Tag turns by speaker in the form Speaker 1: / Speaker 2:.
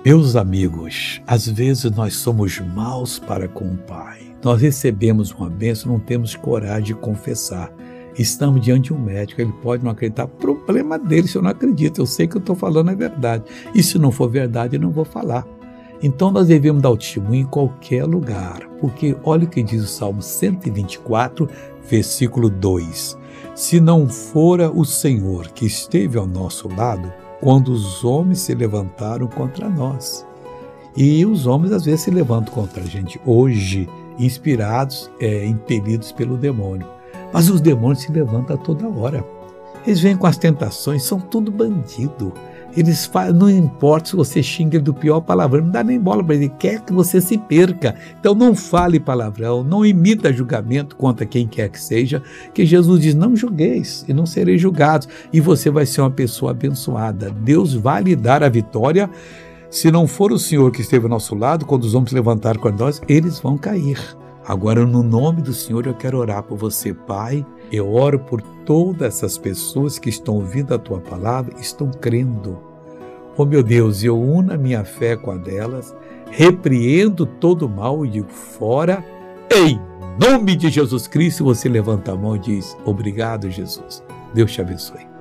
Speaker 1: Meus amigos, às vezes nós somos maus para com o Pai. Nós recebemos uma bênção, não temos coragem de confessar. Estamos diante de um médico, ele pode não acreditar. Problema dele, se eu não acredito, eu sei que eu estou falando a verdade. E se não for verdade, eu não vou falar. Então nós devemos dar o testemunho em qualquer lugar, porque olha o que diz o Salmo 124, versículo 2. Se não fora o Senhor que esteve ao nosso lado, quando os homens se levantaram contra nós. E os homens às vezes se levantam contra a gente hoje, inspirados, impelidos pelo demônio. Mas os demônios se levantam a toda hora. Eles vêm com as tentações, são tudo bandido. Eles fazem, não importa se você xinga ele do pior palavrão, não dá nem bola para ele, quer que você se perca. Então não fale palavrão, não imita julgamento contra quem quer que seja, que Jesus diz, não julgueis e não sereis julgados. E você vai ser uma pessoa abençoada. Deus vai lhe dar a vitória. Se não for o Senhor que esteve ao nosso lado, quando os homens se levantaram contra nós, eles vão cair. Agora, no nome do Senhor, eu quero orar por você, Pai. Eu oro por todas essas pessoas que estão ouvindo a Tua palavra, estão crendo. Oh, meu Deus, eu uno a minha fé com a delas, repreendo todo o mal e digo fora. Em nome de Jesus Cristo, você levanta a mão e diz, obrigado, Jesus. Deus te abençoe.